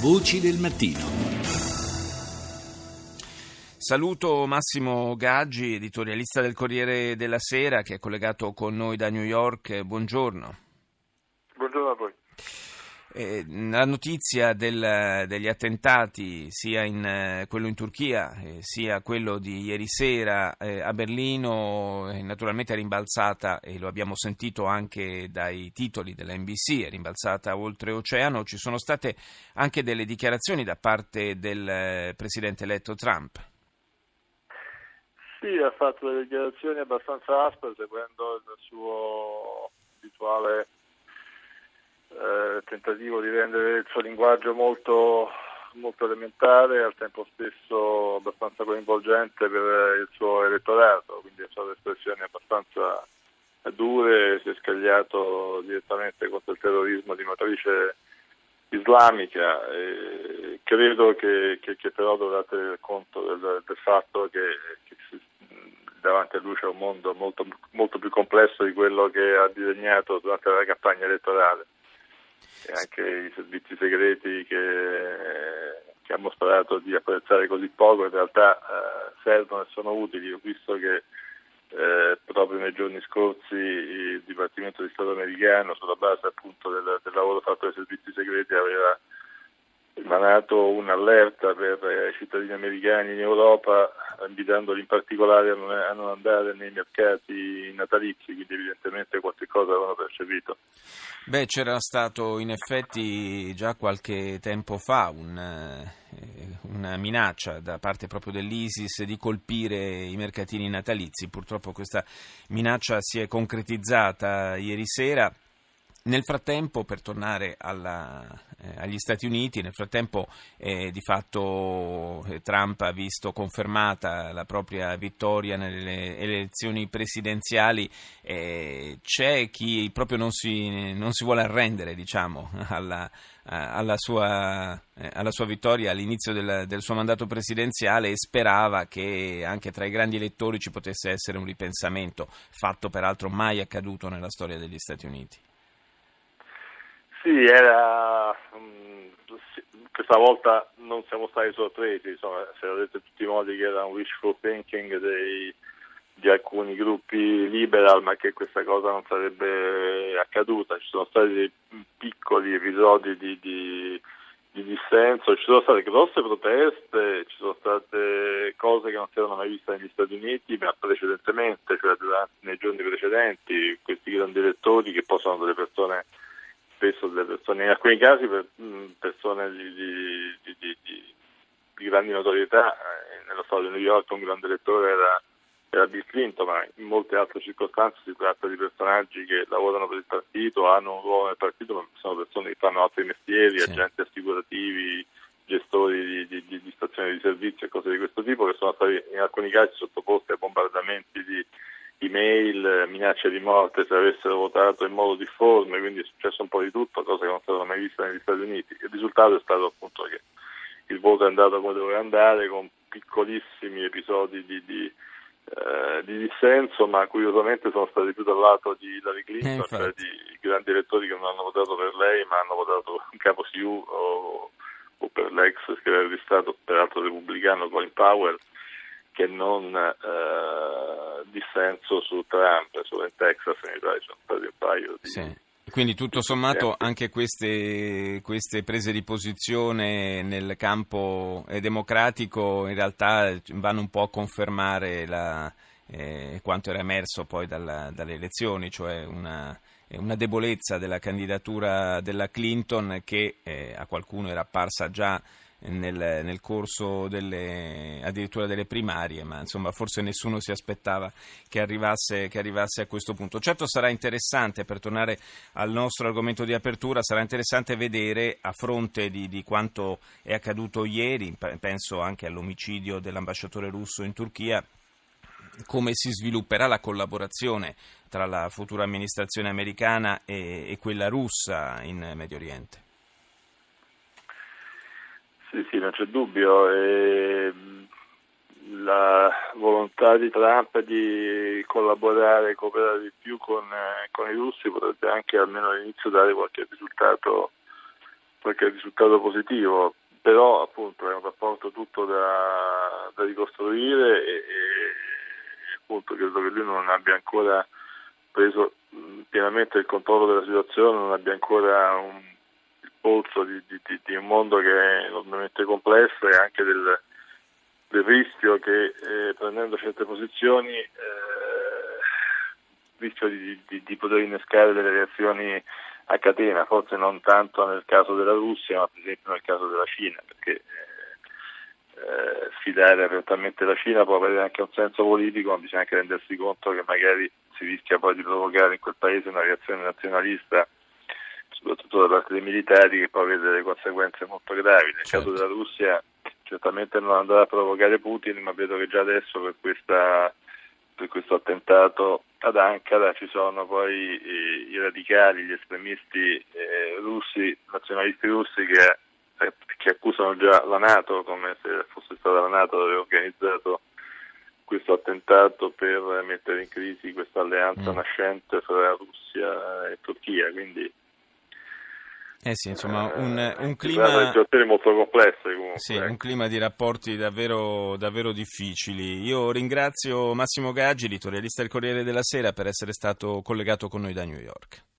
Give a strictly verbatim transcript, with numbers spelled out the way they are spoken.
Voci del mattino. Saluto Massimo Gaggi, editorialista del Corriere della Sera, che è collegato con noi da New York. Buongiorno. Buongiorno a voi. Eh, la notizia del, degli attentati, sia in eh, quello in Turchia, eh, sia quello di ieri sera eh, a Berlino, eh, naturalmente è rimbalzata, e lo abbiamo sentito anche dai titoli della N B C, è rimbalzata oltreoceano. Ci sono state anche delle dichiarazioni da parte del eh, presidente eletto Trump. Sì, ha fatto delle dichiarazioni abbastanza aspre, seguendo il suo abituale Eh, tentativo di rendere il suo linguaggio molto, molto elementare, al tempo stesso abbastanza coinvolgente per il suo elettorato, quindi ha usato espressioni abbastanza dure, si è scagliato direttamente contro il terrorismo di matrice islamica. E credo che, che, che però dovrà tenere conto del, del fatto che, che si, davanti a lui c'è un mondo molto, molto più complesso di quello che ha disegnato durante la campagna elettorale. E anche i servizi segreti che, che ha mostrato di apprezzare così poco in realtà eh, servono e sono utili. Ho visto che eh, proprio nei giorni scorsi il Dipartimento di Stato americano, sulla base appunto del, del lavoro fatto dai servizi segreti, aveva emanato un'allerta per i cittadini americani in Europa, invitandoli in particolare a non, a non andare nei mercati natalizi, quindi evidentemente qualche cosa avevano percepito. Beh, c'era stato in effetti già qualche tempo fa un, eh, una minaccia da parte proprio dell'ISIS di colpire i mercatini natalizi. Purtroppo questa minaccia si è concretizzata ieri sera. Nel frattempo, per tornare alla, eh, agli Stati Uniti, nel frattempo eh, di fatto eh, Trump ha visto confermata la propria vittoria nelle elezioni presidenziali. Eh, c'è chi proprio non si, non si vuole arrendere, diciamo, alla, alla, sua, eh, alla sua vittoria all'inizio del, del suo mandato presidenziale, e sperava che anche tra i grandi elettori ci potesse essere un ripensamento, fatto peraltro mai accaduto nella storia degli Stati Uniti. Sì, era questa volta non siamo stati sorpresi, insomma, si era detto in tutti i modi che era un wishful thinking dei, di alcuni gruppi liberal, ma che questa cosa non sarebbe accaduta. Ci sono stati dei piccoli episodi di, di, di dissenso, ci sono state grosse proteste, ci sono state cose che non si erano mai viste negli Stati Uniti, ma precedentemente, cioè durante, nei giorni precedenti, questi grandi elettori che poi sono delle persone spesso delle persone, in alcuni casi per persone di, di, di, di, di, di grandi notorietà. Nello stato di New York un grande elettore era, era Bill Clinton, ma in molte altre circostanze si tratta di personaggi che lavorano per il partito, hanno un ruolo nel partito, ma sono persone che fanno altri mestieri, sì. Agenti assicurativi, gestori di, di, di, di stazioni di servizio e cose di questo tipo, che sono stati in alcuni casi sottoposti a bombardamenti di email, minacce di morte se avessero votato in modo difforme, quindi è successo un po' di tutto, cose che non si erano mai viste negli Stati Uniti. Il risultato è stato appunto che il voto è andato come doveva andare, con piccolissimi episodi di, di, eh, di dissenso, ma curiosamente sono stati più dal lato di Hillary Clinton, eh, cioè di grandi elettori che non hanno votato per lei, ma hanno votato in capo C U o, o per l'ex segretario di Stato, peraltro repubblicano, Colin Powell, che non eh, dissenso su Trump, solo in Texas mi pare ci sono stati un paio di... Sì. Quindi tutto sommato anche queste, queste prese di posizione nel campo eh, democratico in realtà vanno un po' a confermare la, eh, quanto era emerso poi dalla, dalle elezioni, cioè una, una debolezza della candidatura della Clinton che eh, a qualcuno era apparsa già Nel, nel corso delle addirittura delle primarie, ma insomma forse nessuno si aspettava che arrivasse, che arrivasse a questo punto. Certo sarà interessante, per tornare al nostro argomento di apertura, sarà interessante vedere, a fronte di, di quanto è accaduto ieri, penso anche all'omicidio dell'ambasciatore russo in Turchia, come si svilupperà la collaborazione tra la futura amministrazione americana e, e quella russa in Medio Oriente. Sì, sì, non c'è dubbio. E la volontà di Trump di collaborare e cooperare di più con, con i russi potrebbe anche, almeno all'inizio, dare qualche risultato qualche risultato positivo, però appunto è un rapporto tutto da, da ricostruire e, e appunto credo che lui non abbia ancora preso mh, pienamente il controllo della situazione, non abbia ancora un, il polso di, di, di un mondo che è enormemente complesso e anche del, del rischio che eh, prendendo certe posizioni eh, rischio di, di, di poter innescare delle reazioni a catena, forse non tanto nel caso della Russia, ma per esempio nel caso della Cina, perché eh, eh, sfidare apertamente la Cina può avere anche un senso politico, ma bisogna anche rendersi conto che magari si rischia poi di provocare in quel paese una reazione nazionalista, soprattutto da parte dei militari, che può avere delle conseguenze molto gravi. Nel certo. caso della Russia certamente non andrà a provocare Putin, ma vedo che già adesso per questa per questo attentato ad Ankara ci sono poi i, i radicali, gli estremisti eh, russi, nazionalisti russi che, eh, che accusano già la NATO, come se fosse stata la NATO ad aver organizzato questo attentato per mettere in crisi questa alleanza mm. nascente fra Russia e Turchia, quindi Eh sì, insomma, un, un clima clima molto complesso comunque. Sì, un clima di rapporti davvero, davvero difficili. Io ringrazio Massimo Gaggi, editorialista del Corriere della Sera, per essere stato collegato con noi da New York.